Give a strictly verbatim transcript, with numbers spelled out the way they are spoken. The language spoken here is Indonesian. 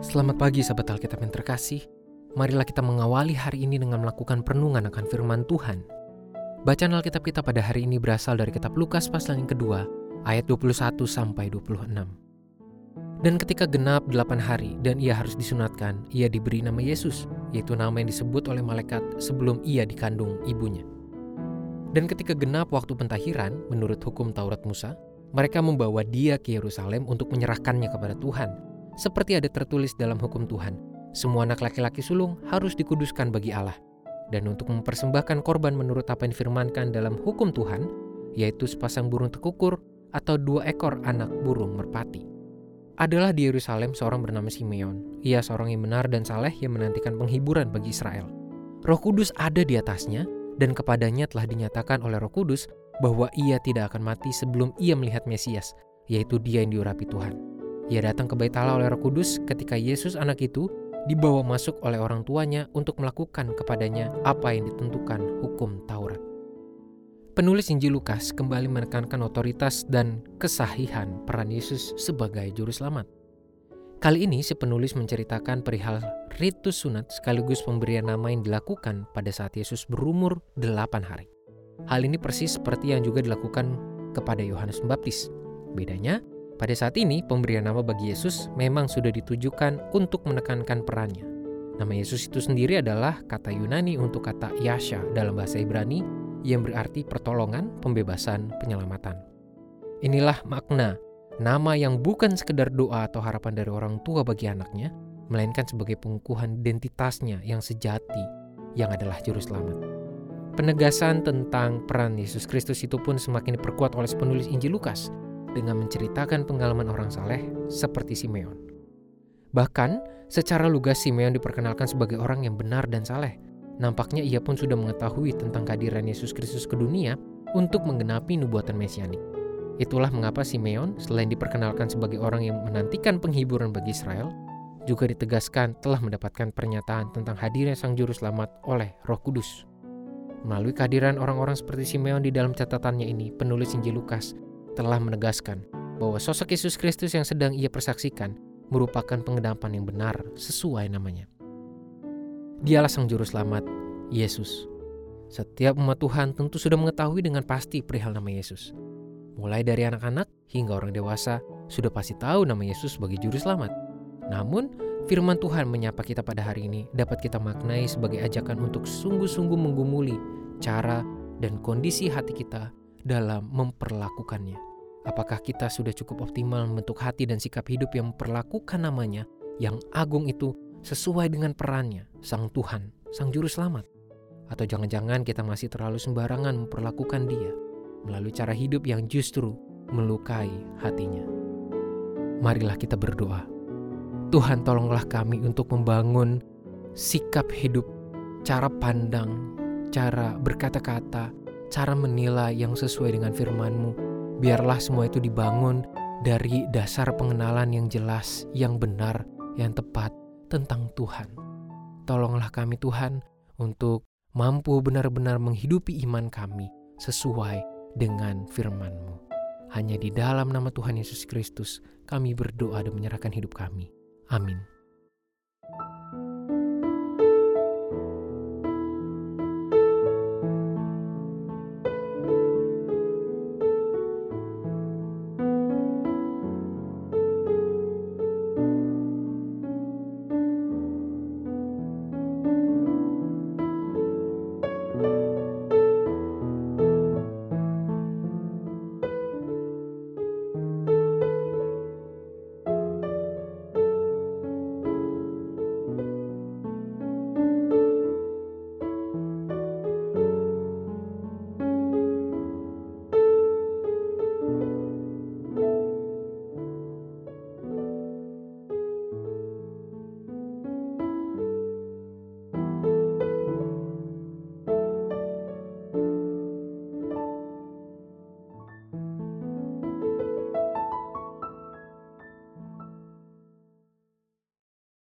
Selamat pagi sahabat Alkitab yang terkasih. Marilah kita mengawali hari ini dengan melakukan perenungan akan firman Tuhan. Bacaan Alkitab kita pada hari ini berasal dari kitab Lukas pasal yang kedua, ayat dua puluh satu sampai dua puluh enam. Dan ketika genap delapan hari dan ia harus disunatkan, ia diberi nama Yesus, yaitu nama yang disebut oleh malaikat sebelum ia dikandung ibunya. Dan ketika genap waktu pentahiran, menurut hukum Taurat Musa, mereka membawa dia ke Yerusalem untuk menyerahkannya kepada Tuhan. Seperti ada tertulis dalam hukum Tuhan, semua anak laki-laki sulung harus dikuduskan bagi Allah. Dan untuk mempersembahkan korban menurut apa yang difirmankan dalam hukum Tuhan, yaitu sepasang burung tekukur atau dua ekor anak burung merpati. Adalah di Yerusalem seorang bernama Simeon. Ia seorang yang benar dan saleh yang menantikan penghiburan bagi Israel. Roh Kudus ada di atasnya, dan kepadanya telah dinyatakan oleh Roh Kudus bahwa ia tidak akan mati sebelum ia melihat Mesias, yaitu dia yang diurapi Tuhan. Ia datang ke Bait Allah oleh Roh Kudus ketika Yesus anak itu dibawa masuk oleh orang tuanya untuk melakukan kepadanya apa yang ditentukan hukum Taurat. Penulis Injil Lukas kembali menekankan otoritas dan kesahihan peran Yesus sebagai juru selamat. Kali ini si penulis menceritakan perihal ritus sunat sekaligus pemberian nama yang dilakukan pada saat Yesus berumur delapan hari. Hal ini persis seperti yang juga dilakukan kepada Yohanes Pembaptis. Bedanya, pada saat ini, pemberian nama bagi Yesus memang sudah ditujukan untuk menekankan perannya. Nama Yesus itu sendiri adalah kata Yunani untuk kata Yasha dalam bahasa Ibrani yang berarti pertolongan, pembebasan, penyelamatan. Inilah makna nama yang bukan sekedar doa atau harapan dari orang tua bagi anaknya, melainkan sebagai pengukuhan identitasnya yang sejati, yang adalah juru selamat. Penegasan tentang peran Yesus Kristus itu pun semakin diperkuat oleh penulis Injil Lukas dengan menceritakan pengalaman orang saleh seperti Simeon. Bahkan, secara lugas Simeon diperkenalkan sebagai orang yang benar dan saleh. Nampaknya ia pun sudah mengetahui tentang kehadiran Yesus Kristus ke dunia untuk menggenapi nubuatan mesianik. Itulah mengapa Simeon, selain diperkenalkan sebagai orang yang menantikan penghiburan bagi Israel, juga ditegaskan telah mendapatkan pernyataan tentang hadirnya Sang Juru Selamat oleh Roh Kudus. Melalui kehadiran orang-orang seperti Simeon di dalam catatannya ini, penulis Injil Lukas telah menegaskan bahwa sosok Yesus Kristus yang sedang ia persaksikan merupakan penggenapan yang benar sesuai namanya. Dialah Sang Juru Selamat, Yesus. Setiap umat Tuhan tentu sudah mengetahui dengan pasti perihal nama Yesus. Mulai dari anak-anak hingga orang dewasa sudah pasti tahu nama Yesus sebagai Juru Selamat. Namun, firman Tuhan menyapa kita pada hari ini dapat kita maknai sebagai ajakan untuk sungguh-sungguh menggumuli cara dan kondisi hati kita dalam memperlakukannya. Apakah kita sudah cukup optimal membentuk hati dan sikap hidup yang memperlakukan namanya yang agung itu sesuai dengan perannya, Sang Tuhan, Sang Juru Selamat? Atau jangan-jangan kita masih terlalu sembarangan memperlakukan dia melalui cara hidup yang justru melukai hatinya? Marilah kita berdoa. Tuhan, tolonglah kami untuk membangun sikap hidup, cara pandang, cara berkata-kata, cara menilai yang sesuai dengan firman-Mu. Biarlah semua itu dibangun dari dasar pengenalan yang jelas, yang benar, yang tepat tentang Tuhan. Tolonglah kami Tuhan untuk mampu benar-benar menghidupi iman kami sesuai dengan firman-Mu. Hanya di dalam nama Tuhan Yesus Kristus kami berdoa dan menyerahkan hidup kami. Amin.